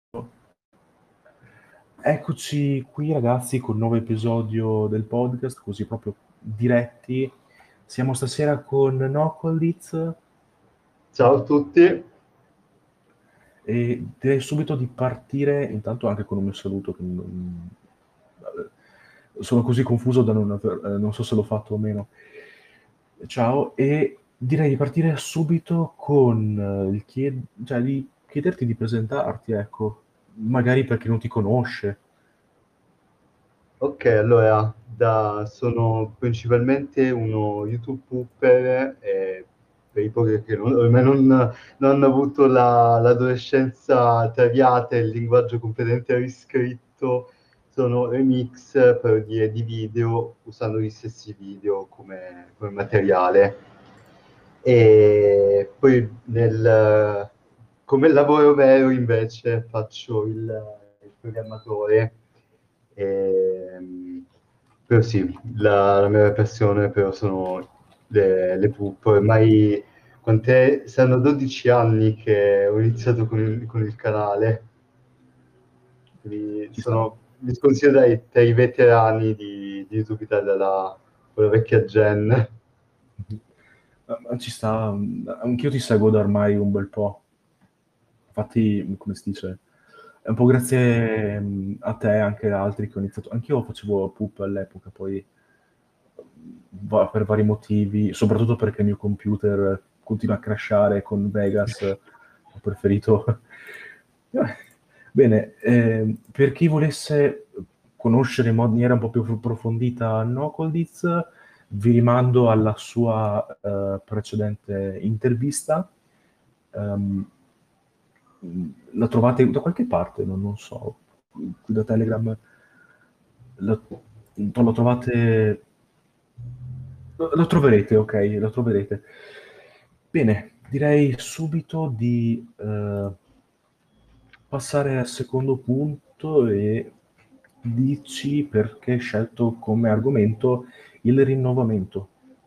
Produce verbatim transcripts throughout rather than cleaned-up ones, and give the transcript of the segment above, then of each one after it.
Eccoci qui ragazzi col nuovo episodio del podcast, così proprio diretti. Siamo stasera con Nocolitz Ciao a tutti. e direi subito di partire, intanto anche con un mio saluto, che non- sono così confuso da non aver, eh, non so se l'ho fatto o meno. Ciao, e direi di partire subito con eh, il chied- cioè, di chiederti di presentarti, ecco, magari per chi non ti conosce. Ok, allora, da- sono principalmente uno YouTube pooper e per i pochi che non, ormai non, non hanno avuto la- l'adolescenza traviata e il linguaggio completamente riscritto, sono remix, parodie di video usando gli stessi video come, come materiale. E poi nel, come lavoro vero invece faccio il, il programmatore. Ehm, Però sì, la, la mia passione però sono le, le pup. Ormai quant'è? Saranno dodici anni che ho iniziato con il, con il canale, quindi Ci sta. sono, mi considero tra i, tra i veterani di, di YouTube Italia, la, quella vecchia gen. Ma- ma ci sta, mm, anch'io ti seguo da ormai un bel po'. Infatti, come si dice, è un po' grazie mm, a te e anche a altri che ho iniziato. Anch'io facevo poop all'epoca, poi va- per vari motivi, soprattutto perché il mio computer continua a crashare con Vegas, ho preferito. Bene, eh, per chi volesse conoscere in maniera un po' più approfondita Nocoldiz, vi rimando alla sua eh, precedente intervista. Ehm, la trovate da qualche parte, non, non so, qui da Telegram. La, lo trovate. Lo, lo troverete, ok, lo troverete. Bene, direi subito di eh, passare al secondo punto e dici perché hai scelto come argomento il rinnovamento.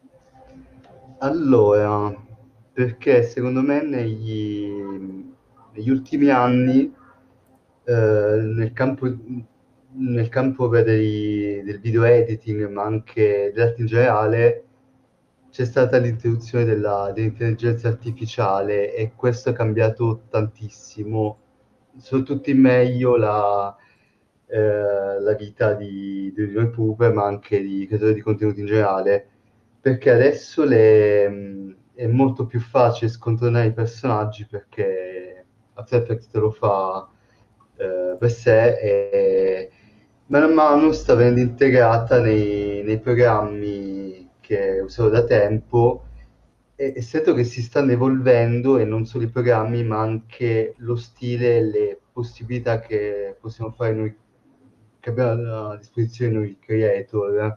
Allora, perché secondo me negli, negli ultimi anni eh, nel campo, nel campo per dei- del video editing, ma anche dell'arte in generale, c'è stata l'introduzione della- dell'intelligenza artificiale e questo ha cambiato tantissimo, soprattutto in meglio la, eh, la vita di, di noi youtuber, ma anche di creatori di contenuti in generale, perché adesso le, mh, è molto più facile scontornare i personaggi perché After Effects te lo fa eh, per sé e man mano sta venendo integrata nei, nei programmi che uso da tempo e, e sento che si stanno evolvendo e non solo i programmi ma anche lo stile e le possibilità che possiamo fare noi, che abbiamo a disposizione noi creator.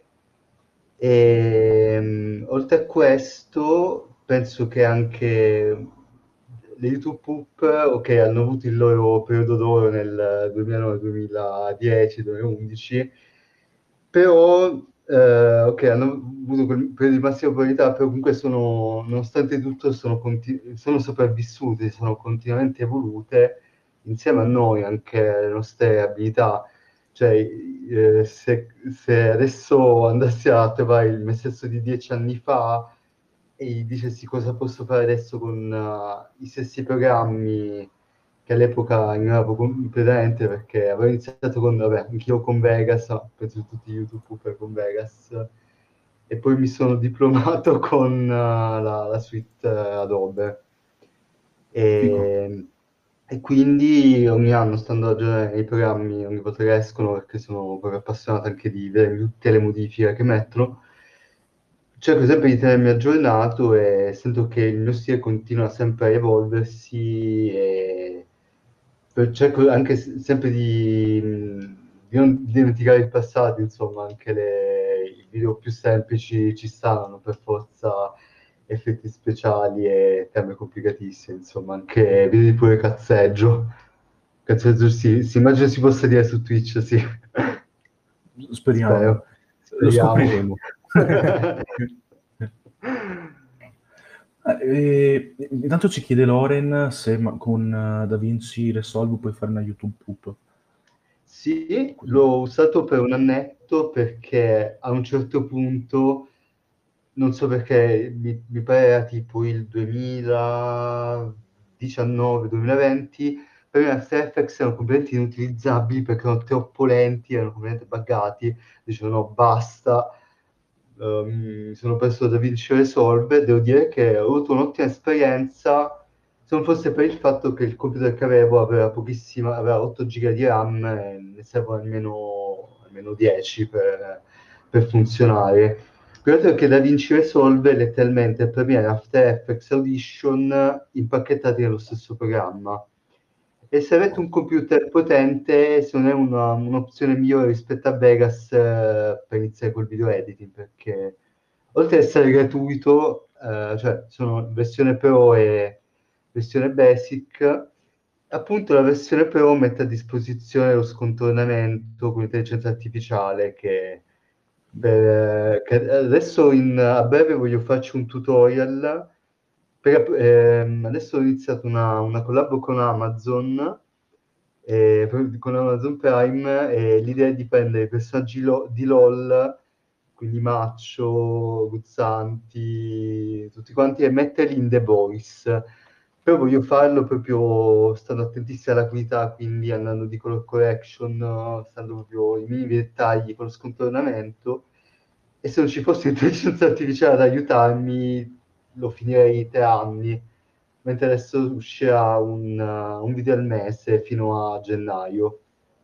E, mh, oltre a questo, penso che anche le YouTube Poop, ok, hanno avuto il loro periodo d'oro nel duemilanove, duemiladieci, duemilaundici, però, eh, ok, hanno avuto quel periodo di massima popolarità, però comunque sono, nonostante tutto, sono, conti- sono sopravvissute, sono continuamente evolute insieme a noi, anche le nostre abilità. Cioè, eh, se, se adesso andassi a trovare il me stesso di dieci anni fa e gli dicessi cosa posso fare adesso con uh, i stessi programmi che all'epoca ignoravo completamente perché avevo iniziato con, vabbè, anch'io con Vegas, ma penso tutti gli YouTube con Vegas, e poi mi sono diplomato con uh, la, la suite uh, Adobe. Figo. E, e quindi ogni anno stando a aggiornare i programmi ogni volta che escono, perché sono proprio appassionato anche di vedere tutte le modifiche che mettono, cerco sempre di tenermi aggiornato e sento che il mio stile continua sempre a evolversi e per- cerco anche s- sempre di, mh, di non dimenticare il passato, insomma, anche le- i video più semplici ci stanno per forza effetti speciali e temi complicatissimi, insomma, anche video di pure cazzeggio. Cazzeggio sì, si immagino si possa dire su Twitch, sì. Speriamo, Spero, lo speriamo. scopriremo. Eh, eh, intanto ci chiede Loren se ma- con eh, DaVinci Resolve puoi fare una YouTube Poop. Sì, Quindi, l'ho usato per un annetto perché a un certo punto, non so perché, mi, mi pare era tipo il duemiladiciannove-duemilaventi, per me After Effects erano completamente inutilizzabili perché erano troppo lenti, erano completamente buggati, dicevo no, basta, eh, mi sono perso da DaVinci Resolve, devo dire che ho avuto un'ottima esperienza, se non fosse per il fatto che il computer che avevo aveva pochissima, aveva otto giga di RAM e ne servono almeno, almeno dieci per, per funzionare. Quello che DaVinci Resolve è letteralmente Premiere, After Effects, Audition impacchettati nello stesso programma. E se avete un computer potente, secondo me è una- un'opzione migliore rispetto a Vegas eh, per iniziare col video editing, perché oltre ad essere gratuito, eh, cioè sono versione Pro e versione Basic, appunto la versione Pro mette a disposizione lo scontornamento con l'intelligenza artificiale che, per- che adesso in- a breve voglio farci un tutorial. Per- ehm, adesso ho iniziato una, una collab con Amazon, eh, con Amazon Prime, e l'idea è di prendere i personaggi lo- di LOL, quindi Maccio, Guzzanti, tutti quanti, e metterli in The Voice. Però voglio farlo proprio stando attentissimi alla qualità, quindi andando di color correction, stando proprio i minimi dettagli con lo scontornamento. E se non ci fosse l'intelligenza artificiale ad aiutarmi, lo finirei tre anni, mentre adesso uscirà un, uh, un video al mese fino a gennaio.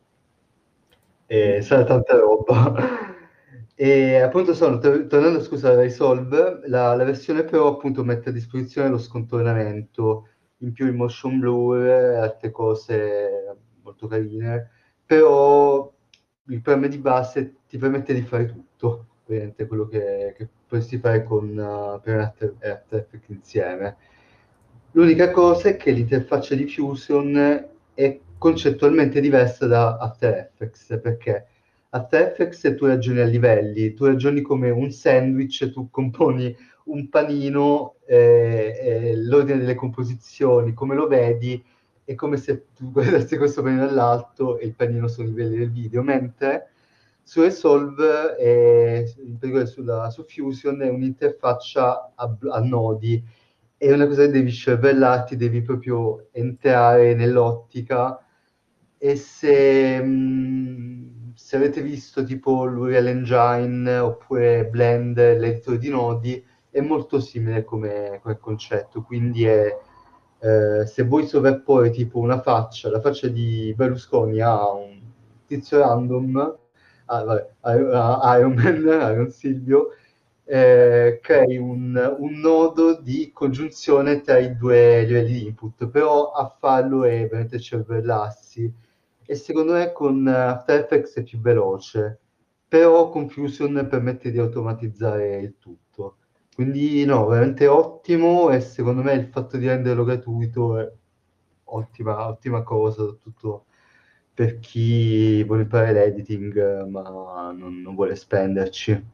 E mm, sarà tanta roba. E appunto sono, tor- tornando scusa a Resolve, la, la versione Pro appunto mette a disposizione lo scontornamento, in più il motion blur e altre cose molto carine, però il programma di base ti permette di fare tutto, praticamente quello che, che potresti fare con uh, Premiere After e After Effects insieme. L'unica cosa è che l'interfaccia di Fusion è concettualmente diversa da After Effects, perché After Effects tu ragioni a livelli, tu ragioni come un sandwich, tu componi un panino, eh, eh, l'ordine delle composizioni, come lo vedi, è come se tu guardassi questo panino dall'alto e il panino sono i livelli del video, mentre su Resolve, eh, in particolare sulla, su Fusion, è un'interfaccia a, a nodi, è una cosa che devi scervellarti, devi proprio entrare nell'ottica. E se, mh, se avete visto tipo l'Unreal Engine oppure Blender, l'editor di nodi, è molto simile come, come concetto, quindi è, eh, se vuoi sovrapporre tipo una faccia, la faccia di Berlusconi a un tizio random, ah, vabbè, a- a Iron Man, Iron Silvio, eh, crei un, un nodo di congiunzione tra i due livelli di input, però a farlo è veramente cervellarsi. E secondo me con After Effects è più veloce, però con Fusion permette di automatizzare il tutto. Quindi no, veramente ottimo, e secondo me il fatto di renderlo gratuito è ottima, ottima cosa, soprattutto per chi vuole imparare l'editing eh, ma non, non vuole spenderci.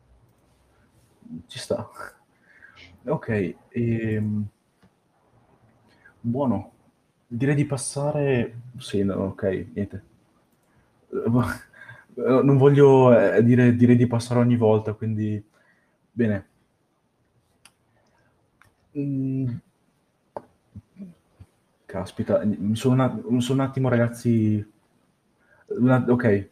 ci sta. Ok, ehm, buono. Direi di passare... Sì, no, ok, niente. Eh, Non voglio eh, dire, direi di passare ogni volta, quindi... Bene. Mm, caspita, mi sono, una- mi sono un attimo, ragazzi... una- ok,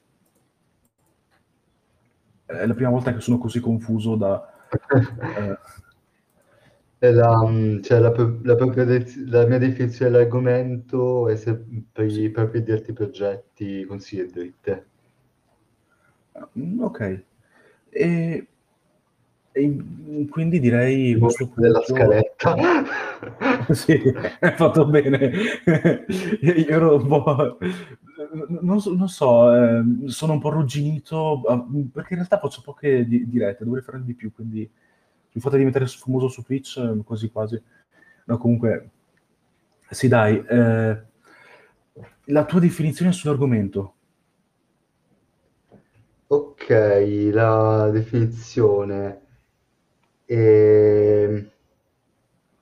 è la prima volta che sono così confuso da... eh, E la, mm, cioè, la, pro- la propria de- la mia definizione dell'argomento è se per sì. i propri dirti progetti consigli e dritte. Mm, ok. E, e quindi direi Il a questo momento della punto... scaletta. Sì, hai fatto bene. Io ero un po'... Non so, non so, ehm, sono un po' arrugginito, ah, perché in realtà faccio poche di- dirette, dovrei fare di più, quindi il fatto di diventare famoso su Twitch, eh, quasi quasi. No, comunque, sì, dai, eh, la tua definizione sull'argomento. Ok, la definizione. Ehm,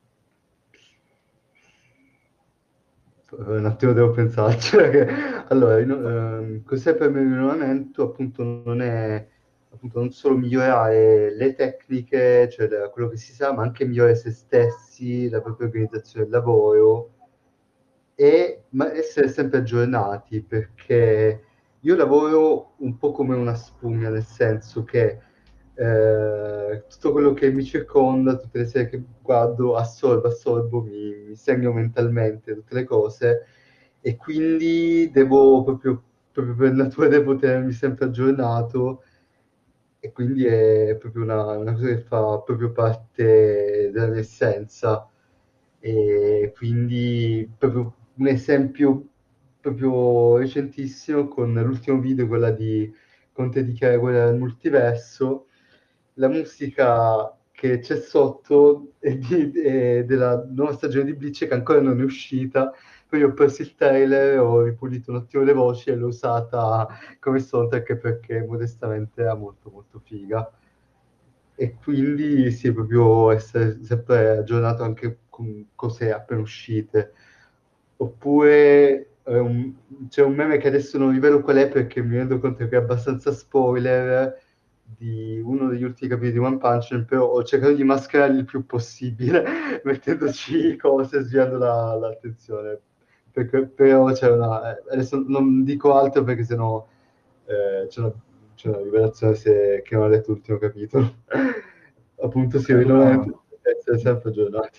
un attimo devo pensarci. perché- Allora, il- ehm, cos'è per me il rinnovamento? Appunto non è appunto non solo migliorare le tecniche, cioè la- quello che si sa, ma anche migliorare se stessi, la propria organizzazione del lavoro e ma essere sempre aggiornati, perché io lavoro un po' come una spugna, nel senso che eh, tutto quello che mi circonda, tutte le serie che guardo, assorbo, assorbo, mi, mi segno mentalmente tutte le cose e quindi devo proprio, proprio per natura devo tenermi sempre aggiornato e quindi è proprio una, una cosa che fa proprio parte della mia essenza. E quindi proprio un esempio proprio recentissimo con l'ultimo video, quella di Conte dichiara guerra al multiverso, la musica che c'è sotto è, di- è della nuova stagione di Bleach che ancora non è uscita, poi ho preso il trailer, ho ripulito un attimo le voci e l'ho usata come soundtrack perché modestamente era molto molto figa. E quindi sì, proprio essere sempre aggiornato anche con cose appena uscite. Oppure eh, un- c'è un meme che adesso non rivelo qual è perché mi rendo conto che è abbastanza spoiler di uno degli ultimi capitoli di One Punch Man, però ho cercato di mascherarli il più possibile, mettendoci cose, sviando la- l'attenzione. Perché, però c'è una... eh, Adesso non dico altro perché sennò eh, c'è una, c'è una rivelazione se- che non ha letto l'ultimo capitolo. Appunto Ok, si rinnovano allora tutti, essere sempre aggiornati.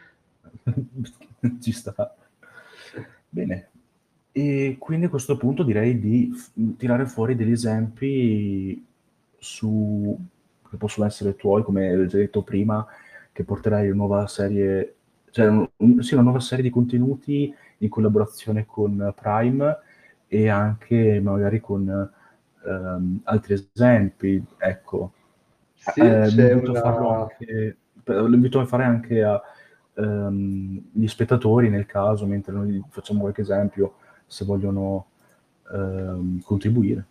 ci sta. Bene. E quindi a questo punto direi di f- tirare fuori degli esempi su, che possono essere tuoi, come ho già detto prima, che porterai una nuova serie, cioè un- un- sì, una nuova serie di contenuti in collaborazione con Prime e anche magari con ehm, altri esempi, ecco. Sì, Eh, vi c'è invito a farlo una... anche, lo invito a fare anche a ehm, gli spettatori nel caso, mentre noi facciamo qualche esempio, se vogliono ehm, contribuire.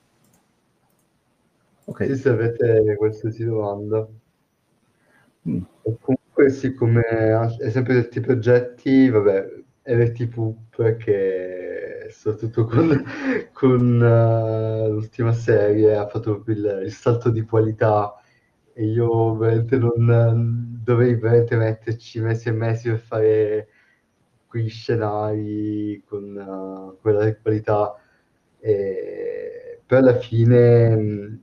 Ok. Sì, se avete qualsiasi domanda. Mm. E comunque sì, come an- esempio di questi progetti, vabbè, R T Poop che soprattutto con, con eh, l'ultima serie ha fatto proprio il, il salto di qualità e io veramente non dovrei veramente metterci mesi e mesi per fare quegli scenari con eh, quella qualità. E poi alla fine, mh,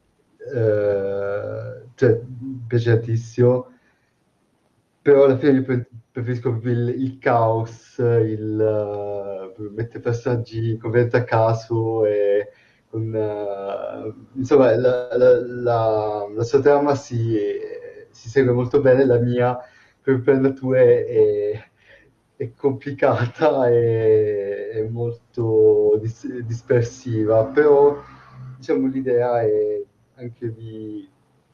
eh, cioè, mi piace tantissimo, però alla fine io pre- preferisco proprio il, il caos, il uh, mettere personaggi completamente a caso e con, eh, insomma, la, la, la, la sua trama si, si segue molto bene, la mia per, per natura è, è- è complicata e è molto dis- dispersiva, però diciamo l'idea è anche di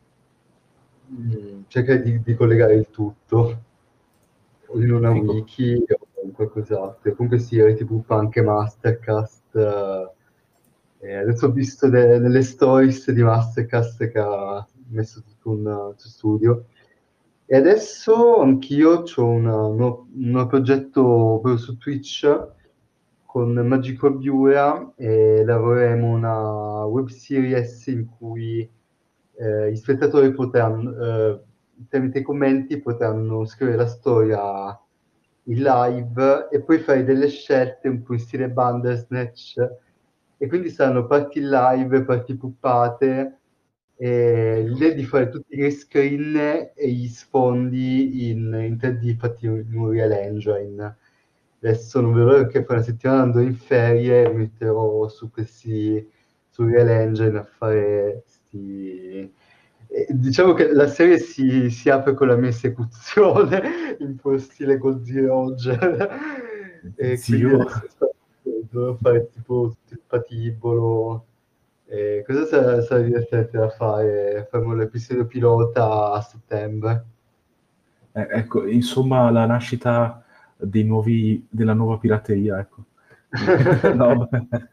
mm, cercare di, di collegare il tutto o in una Figo. wiki o in qualcos'altro. Comunque sì, R T V fa anche Mastercast. eh, e adesso ho visto de- delle stories di Mastercast che ha messo tutto un uh, suo studio. E adesso anch'io ho un nuovo progetto proprio su Twitch con Magico Viewer e lavoreremo una web series in cui eh, gli spettatori potranno, eh, tramite i commenti, potranno scrivere la storia in live e poi fare delle scelte un po' in stile Bandersnatch e quindi saranno parti live, parti puppate e l'idea è di fare tutti gli screen e gli sfondi in, in tre D fatti in Unreal Engine. Adesso non vedo perché fra una settimana andrò in ferie e mi metterò su questi su Unreal Engine a fare sti... e diciamo che la serie si, si apre con la mia esecuzione in po' stile Gold Roger e quindi Zio. adesso sto- dovrò fare tipo tutto il patibolo. E cosa sarà, sarà divertente da fare? Faremo l'episodio pilota a settembre. Eh, ecco, insomma, la nascita dei nuovi, della nuova pirateria, ecco. No,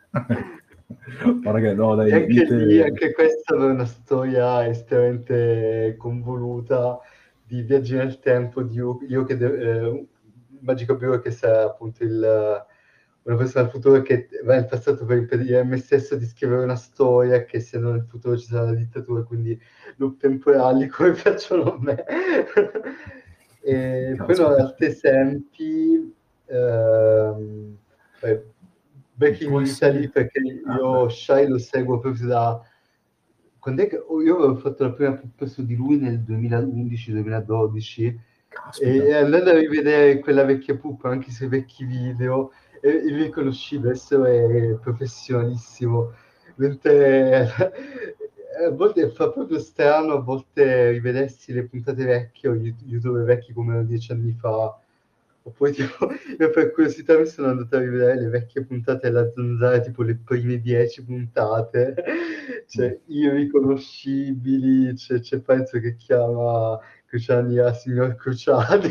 ma raga, no, E dai, anche lì, niente. anche questa è una storia estremamente convoluta di viaggi nel tempo, di io, io che de- eh, Magico Biro che sarà appunto il, una persona del futuro che va nel passato per impedire a me stesso di scrivere una storia che se no nel futuro ci sarà la dittatura, quindi loop temporali come piacciono a me. E poi no, Caspita. altri esempi, ehm, beh, Back in Può Italy, essere... perché Ah, beh. io Shai lo seguo proprio da... Quando è che... oh, io avevo fatto la prima pup su di lui nel duemilaundici duemiladodici, Caspita. e andando a rivedere quella vecchia pup, anche se vecchi video, e, e mi riconosci, adesso è professionalissimo, mentre a volte fa proprio strano a volte rivedersi le puntate vecchie o gli youtuber vecchi come erano dieci anni fa, oppure tipo, io per curiosità mi sono andato a rivedere le vecchie puntate della Zanzara, tipo le prime dieci puntate, Mm. cioè irriconoscibili, cioè, c'è Parenzo che chiama Cruciani a signor Cruciani.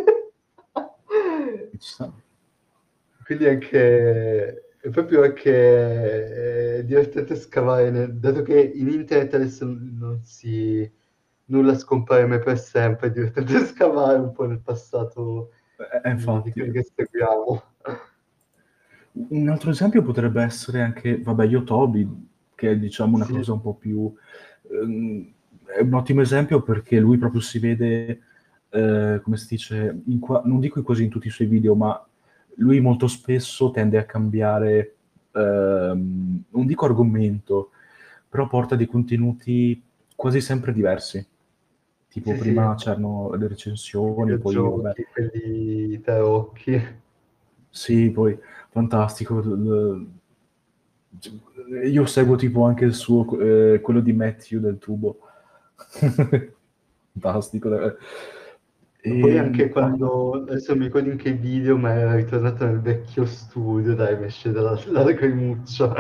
Ci sta. Quindi anche, è proprio anche è divertente scavare, nel- dato che in internet adesso non si, nulla scompare mai per sempre, è divertente scavare un po' nel passato Eh, eh, di, di infatti. quelli che seguiamo. Un altro esempio potrebbe essere anche, vabbè, Yotobi, che è diciamo una Sì, cosa un po' più... ehm, è un ottimo esempio perché lui proprio si vede, eh, come si dice, in qua- non dico quasi in tutti i suoi video, ma lui molto spesso tende a cambiare, ehm, non dico argomento, però porta dei contenuti quasi sempre diversi. Tipo sì, sì, prima c'erano le recensioni, poi vabbè, videogiochi, quelli tarocchi. sì, poi fantastico. l- Io seguo tipo anche il suo, eh, quello di Matthew del tubo. Fantastico. eh. Ma poi E, anche quando, adesso non mi ricordo in che video, ma era ritornato nel vecchio studio, dai, mi esce dalla la lacrimuccia.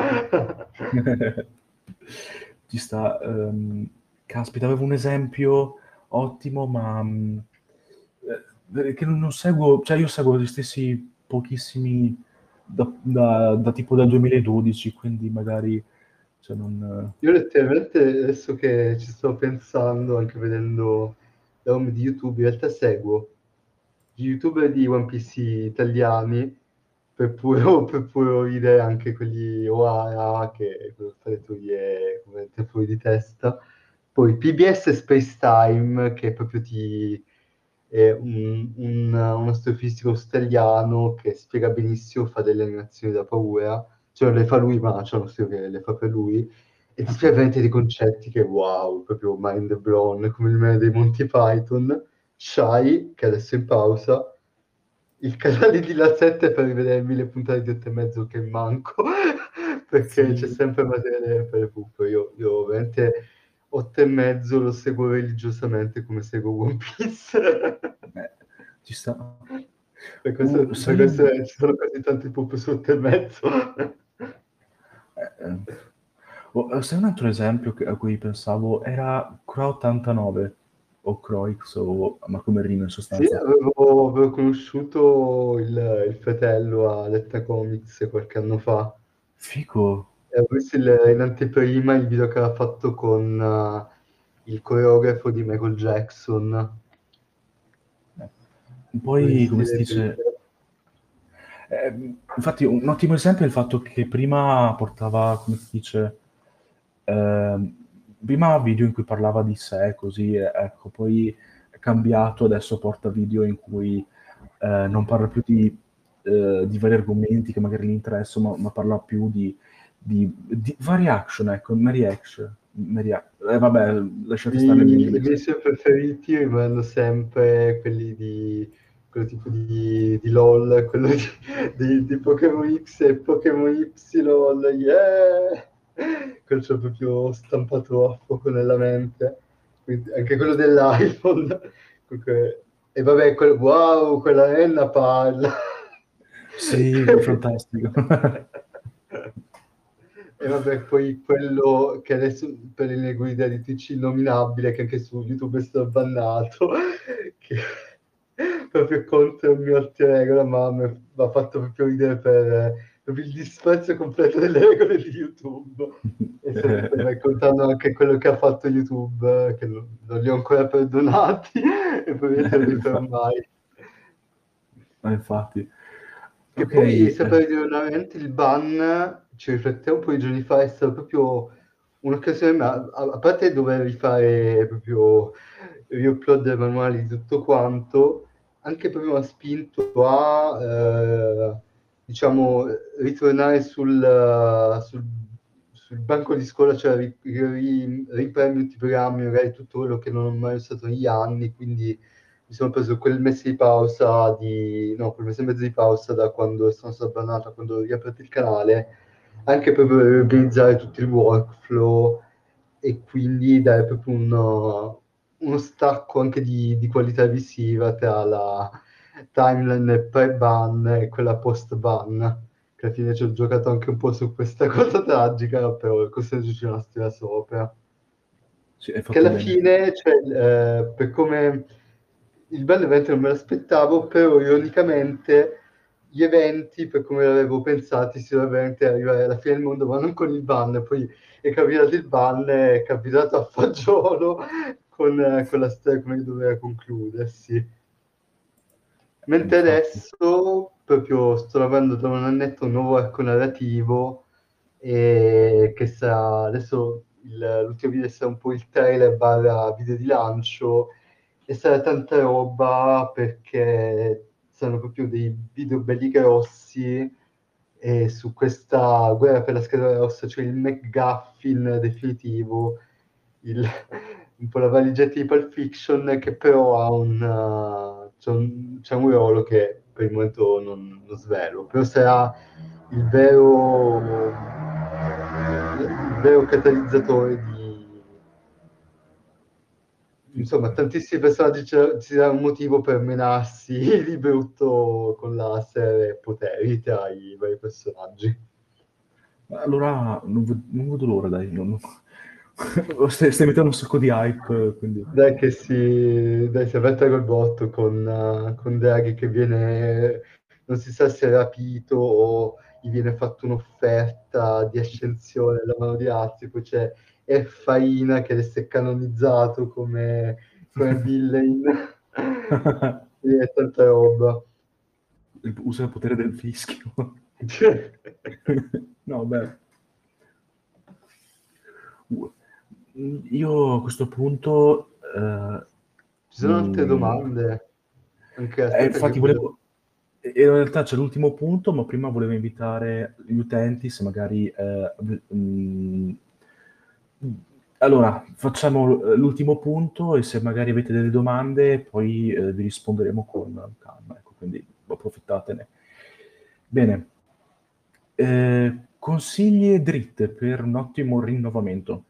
ci sta. ehm, caspita, avevo un esempio ottimo, ma mh, eh, che non, non seguo, cioè io seguo gli stessi pochissimi da, da- da tipo dal duemiladodici, quindi magari cioè, non... Io letteralmente, adesso che ci sto pensando, anche vedendo la home di YouTube, in realtà seguo gli youtuber di One Piece italiani, per puro, per puro ridere, anche quelli Oara, che fanno teorie completamente fuori di testa. Poi P B S Space Time, che proprio ti... è un, un, uno astrofisico australiano che spiega benissimo, fa delle animazioni da paura, cioè non le fa lui, ma c'è uno studio che le fa per lui, e ti Ah, spiega veramente dei concetti che wow, proprio mind blown, come il meme dei Monty Python. Shai, che adesso è in pausa, il canale di La sette per rivedermi le puntate di otto e mezzo che manco, perché c'è sì, sempre materiale per recupero. Io, io veramente otto e mezzo lo seguo religiosamente come seguo One Piece. eh, ci sta. Per questo, Uh, per sai, questo un- ci sono così tanti pup su otto e mezzo. eh, eh. Oh, sai un altro esempio che- a cui pensavo era Crow ottantanove o Croix, o, ma come rima in Sì, sostanza. avevo, avevo conosciuto il, il fratello a Letta Comics qualche anno fa. Fico. E ho visto il- in anteprima il video che aveva fatto con eh, il coreografo di Michael Jackson. Poi, Dovresti come si vedere. dice, eh, infatti un ottimo esempio è il fatto che prima portava, come si dice, ehm, prima video in cui parlava di sé, così, eh, ecco, poi è cambiato, adesso porta video in cui eh, non parla più di, eh, di vari argomenti che magari gli interessano, ma, ma parla più di, di, di vari action, ecco, Mary Action. Mary Ac- eh, vabbè, lasciate stare il mio I, i miei inglese. suoi preferiti rimangono sempre quelli di quello tipo di, di LOL, quello di, di, di Pokémon X e Pokémon Y, yeah! Quello c'ho proprio stampato a fuoco nella mente. Quindi anche quello dell'iPhone. Comunque- e vabbè, quel, wow, quella Enna parla. Sì, fantastico. E vabbè, poi quello che adesso per le guide di Twitch innominabile, che anche su YouTube è stato bannato, che proprio contro il mio alter regola, ma mi ha fatto proprio ridere per eh, proprio il disprezzo completo delle regole di YouTube. E sempre raccontando anche quello che ha fatto YouTube, eh, che non, non li ho ancora perdonati, e probabilmente non li farò Infa- mai. ma infatti. Che Ok, poi, eh, sapere dire veramente, il ban, ci riflettevo un po' di giorni fa, è stato proprio un'occasione, ma a, a parte dover rifare proprio, riupload manuali di tutto quanto, anche proprio mi ha spinto a, eh, diciamo, ritornare sul, sul, sul banco di scuola, cioè ri, ri, riprendere tutti i programmi, magari tutto quello che non ho mai usato negli anni, quindi mi sono preso quel mese di pausa, di, no, quel mese e mezzo di pausa da quando sono stato abbandonato, quando ho riaperto il canale, anche proprio per organizzare tutto il workflow e quindi dare proprio uno, uno stacco anche di, di qualità visiva tra la timeline pre-ban e quella post-ban, che alla fine ci ho giocato anche un po' su questa cosa tragica, però costruirci una storia sopra. sì, hai Che fatto alla bene. fine, cioè, eh, per come il bello evento non me l'aspettavo, però ironicamente gli eventi, per come l'avevo pensati, si doveva veramente arrivare alla fine del mondo, ma non con il ban. Poi è capitato il ban, è capitato a fagiolo con, eh, con la storia come doveva concludersi. Mentre Infatti. adesso proprio sto lavorando da un annetto un nuovo arco narrativo e che sarà adesso il- l'ultimo video sarà un po' il trailer barra video di lancio e sarà tanta roba perché saranno proprio dei video belli grossi e su questa guerra per la scatola rossa, cioè il McGuffin definitivo, il- un po' la valigetta di Pulp Fiction che però ha un, uh, c'è un, c'è un ruolo che per il momento non, non svelo, però sarà il vero, il vero catalizzatore di, insomma, tantissimi personaggi c'è- ci sarà un motivo per menarsi di brutto con la serie poteri tra i vari personaggi. Allora, non, ve- non vedo l'ora, dai. non- non- Stai, stai mettendo un sacco di hype, quindi... Dai che si, dai, si avverte col botto con, uh, con Draghi che viene, non si sa se è rapito o gli viene fatta un'offerta di ascensione alla mano di altri, poi c'è Effaina che adesso è canonizzato come, come villain, e è tanta roba. Il- Usa il potere del fischio. No, beh. Uh, Io a questo punto... eh, Ci sono altre mm, domande? Anche eh, aspetta che infatti vedo. volevo... e In realtà c'è l'ultimo punto, ma prima volevo invitare gli utenti se magari... eh, mm, allora, facciamo eh, l'ultimo punto e se magari avete delle domande poi eh, vi risponderemo con calma. Ecco, quindi approfittatene. Bene. Eh, consigli e dritte per un ottimo rinnovamento.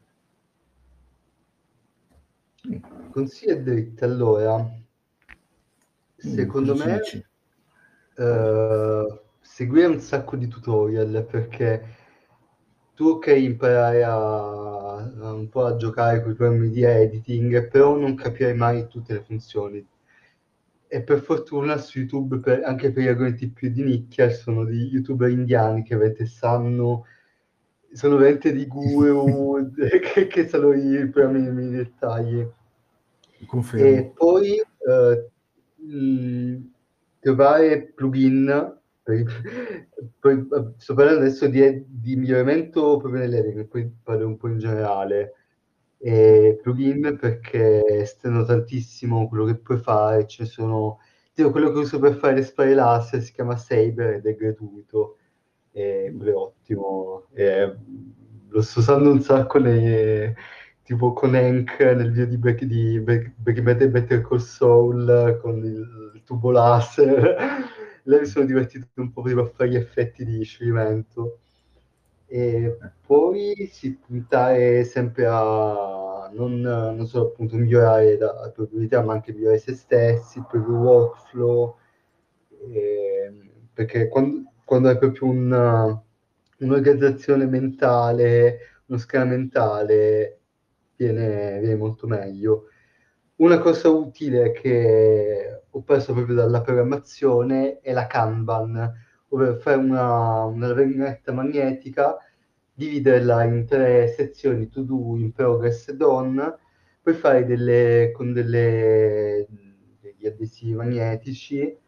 Mm, Consigli e dritte, allora, mm, cosa secondo ci me dici? Vai. eh, seguire un sacco di tutorial perché tu che imparai a, a un po' a giocare con i programmi di editing, però non capirai mai tutte le funzioni. E per fortuna su YouTube, per- anche per gli argomenti più di nicchia, ci sono degli YouTuber indiani che veramente sanno, sono veramente di guru che, che sanno i programmi nei minimi dettagli. Confermo. E poi eh, mh, trovare plugin, per i- poi, eh, sto parlando adesso di, di miglioramento proprio nell'editing, poi parlo un po' in generale. E plugin perché estendono tantissimo quello che puoi fare, ci sono, tipo quello che uso per fare le spade laser si chiama Saber ed è gratuito, e quello è ottimo. E, lo sto usando un sacco nei, tipo con Hank nel video di, Break, di Break- Breaking Bad e Better Call Saul con il, il tubo laser. Lei mi sono divertito un po' prima a fare gli effetti di scioglimento. E Eh, poi si puntare sempre a non, non solo appunto migliorare la, la probabilità, ma anche migliorare se stessi, il proprio workflow, e- perché quando, quando hai proprio una- un'organizzazione mentale, uno schema mentale, viene, viene molto meglio. Una cosa utile che ho preso proprio dalla programmazione è la Kanban, ovvero fare una, una lavagna magnetica, dividerla in tre sezioni, to do, in progress e done, poi fare delle, con delle, degli adesivi magnetici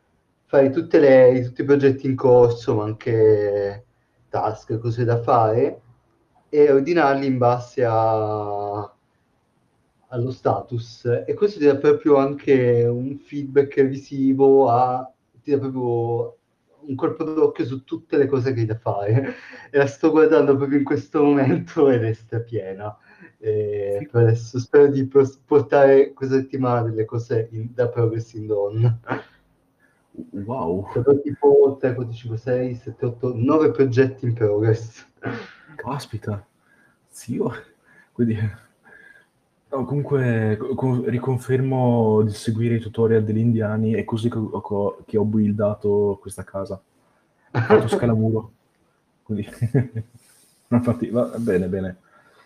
fai tutte le, tutti i progetti in corso, ma anche task, cose da fare, e ordinarli in base a- allo status. E questo ti dà proprio anche un feedback visivo, a, ti dà proprio un colpo d'occhio su tutte le cose che hai da fare. E la sto guardando proprio in questo momento ed è strapiena. E Figo. per adesso spero di pos- portare questa settimana delle cose in- da Progressing On. Wow, Saprò tipo tre, quattro, cinque, sei, sette, otto, nove progetti in progress. caspita. Sì, io... Quindi... No, comunque co- riconfermo di seguire i tutorial degli indiani, è così che ho, che ho buildato questa casa. Ho fatto scalamuro. Quindi... No, infatti, va bene, bene.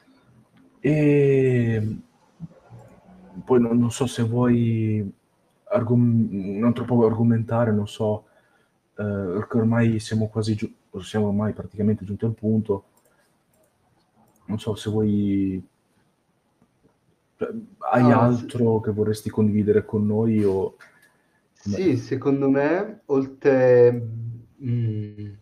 E poi non, non so se vuoi argom- non troppo argomentare, non so, eh, perché ormai siamo quasi giù, siamo ormai praticamente giunti al punto. Non so se vuoi, cioè, hai Ah, s- altro che vorresti condividere con noi o come... sì, secondo me, oltre mm,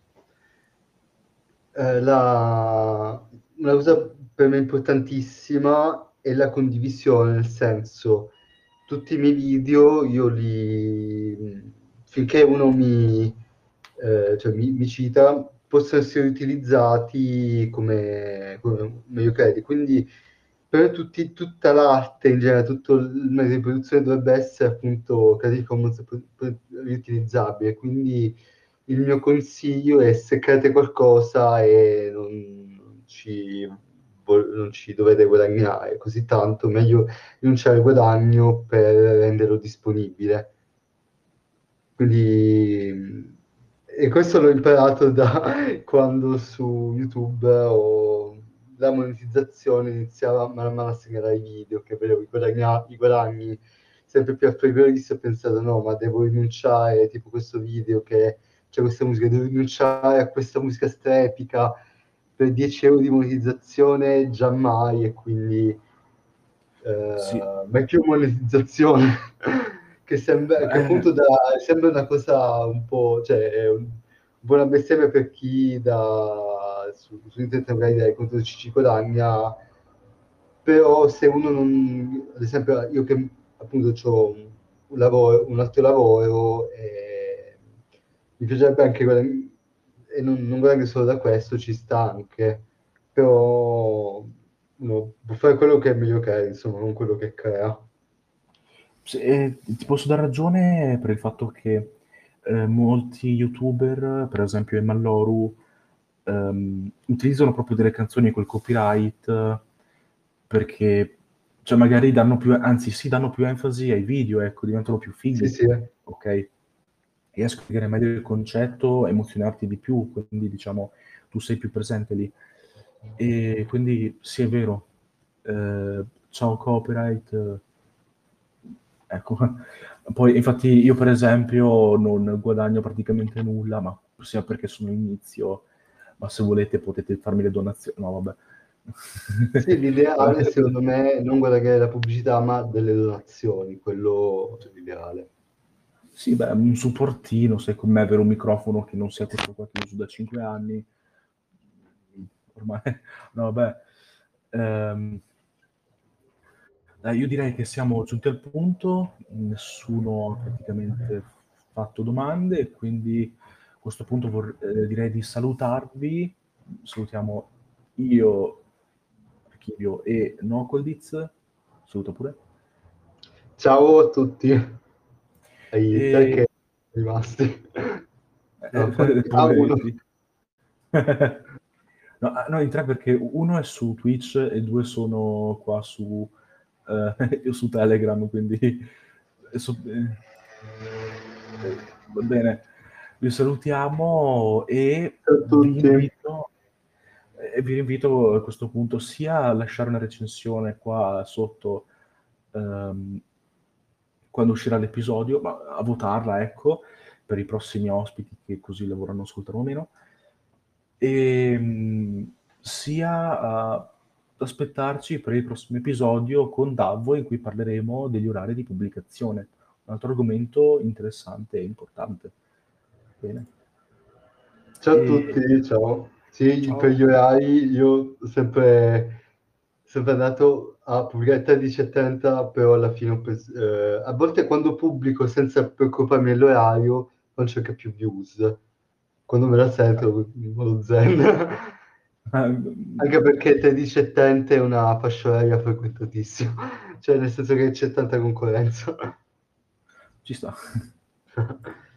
eh, la, una cosa per me importantissima è la condivisione, nel senso, tutti i miei video io li, finché uno mi, eh, cioè mi, mi cita, possono essere utilizzati come, come meglio credi. Quindi per tutti, tutta l'arte in genere, tutto il mezzo di produzione dovrebbe essere appunto Creative Commons pu- pu- riutilizzabile. Quindi il mio consiglio è se create qualcosa e non, non ci, vo- non ci dovete guadagnare così tanto, meglio rinunciare al guadagno per renderlo disponibile. Quindi, mh, e questo l'ho imparato da quando su YouTube ho la monetizzazione iniziava man mano a segnalare i video, che vedevo i guadagna- i guadagni sempre più affrequenti, ho pensato no, ma devo rinunciare, tipo questo video che c'è questa musica, devo rinunciare a questa musica strepica per dieci euro di monetizzazione, giammai, e quindi Sì, eh, ma è più monetizzazione che sembra che eh, appunto da, sembra una cosa un po', cioè è un, buona bestemmia per chi da, su, su internet magari dai conto ci, ci guadagna, però se uno non, ad esempio io che appunto ho un, un lavoro, un altro lavoro, e mi piacerebbe anche guadagn- e non, non guadagno solo da questo, ci sta anche, però uno può fare quello che è meglio che è, insomma, non quello che crea. se- eh, ti posso dare ragione per il fatto che eh, molti YouTuber, per esempio il Malloru, ehm, utilizzano proprio delle canzoni col copyright eh, perché, cioè magari danno più, anzi sì, danno più enfasi ai video, ecco, diventano più Sì, fighi, sì. ok? Riesco a spiegare meglio il concetto, emozionarti di più, quindi diciamo tu sei più presente lì. E quindi sì, è vero. Eh, ciao copyright, eh, ecco. Poi infatti io per esempio non guadagno praticamente nulla, ma sia perché sono all'inizio, ma se volete potete farmi le donazioni. No, vabbè. Sì, l'ideale Vabbè. secondo me è non guadagnare la pubblicità, ma delle donazioni, quello è l'ideale. Sì, beh, un supportino, se con me avere un microfono che non sia questo qua che uso da cinque anni, ormai, no, vabbè. Ehm, dai, io direi che siamo giunti al punto, nessuno ha praticamente fatto domande, quindi a questo punto vor- eh, direi di salutarvi. Salutiamo io, Archivio e Nocoldiz. Saluto pure. Ciao a tutti, ai tre che E, sono rimasti. No, eh, quanti? Ah, uno. poveretti. No, ah, no, in tre perché uno è su Twitch e due sono qua su, eh, su Telegram, quindi eh, so- eh, eh, va bene. Vi salutiamo e Ciao a vi tutti. invito, e vi invito a questo punto sia a lasciare una recensione qua sotto ehm, quando uscirà l'episodio, ma a votarla, ecco, per i prossimi ospiti che così la vorranno ascoltare o meno, e mh, sia a aspettarci per il prossimo episodio con Davvo in cui parleremo degli orari di pubblicazione, un altro argomento interessante e importante. Bene. Ciao a E... tutti, ciao. Sì, per Ciao. gli orari io sempre, sempre andato a pubblicare tredici e trenta, però alla fine ho pens- eh, a volte quando pubblico senza preoccuparmi dell'orario non c'è che più views. Quando me la sento in modo zen. Anche perché tredici e trenta è una fascia oraria frequentatissima, cioè nel senso che c'è tanta concorrenza. Ci sta.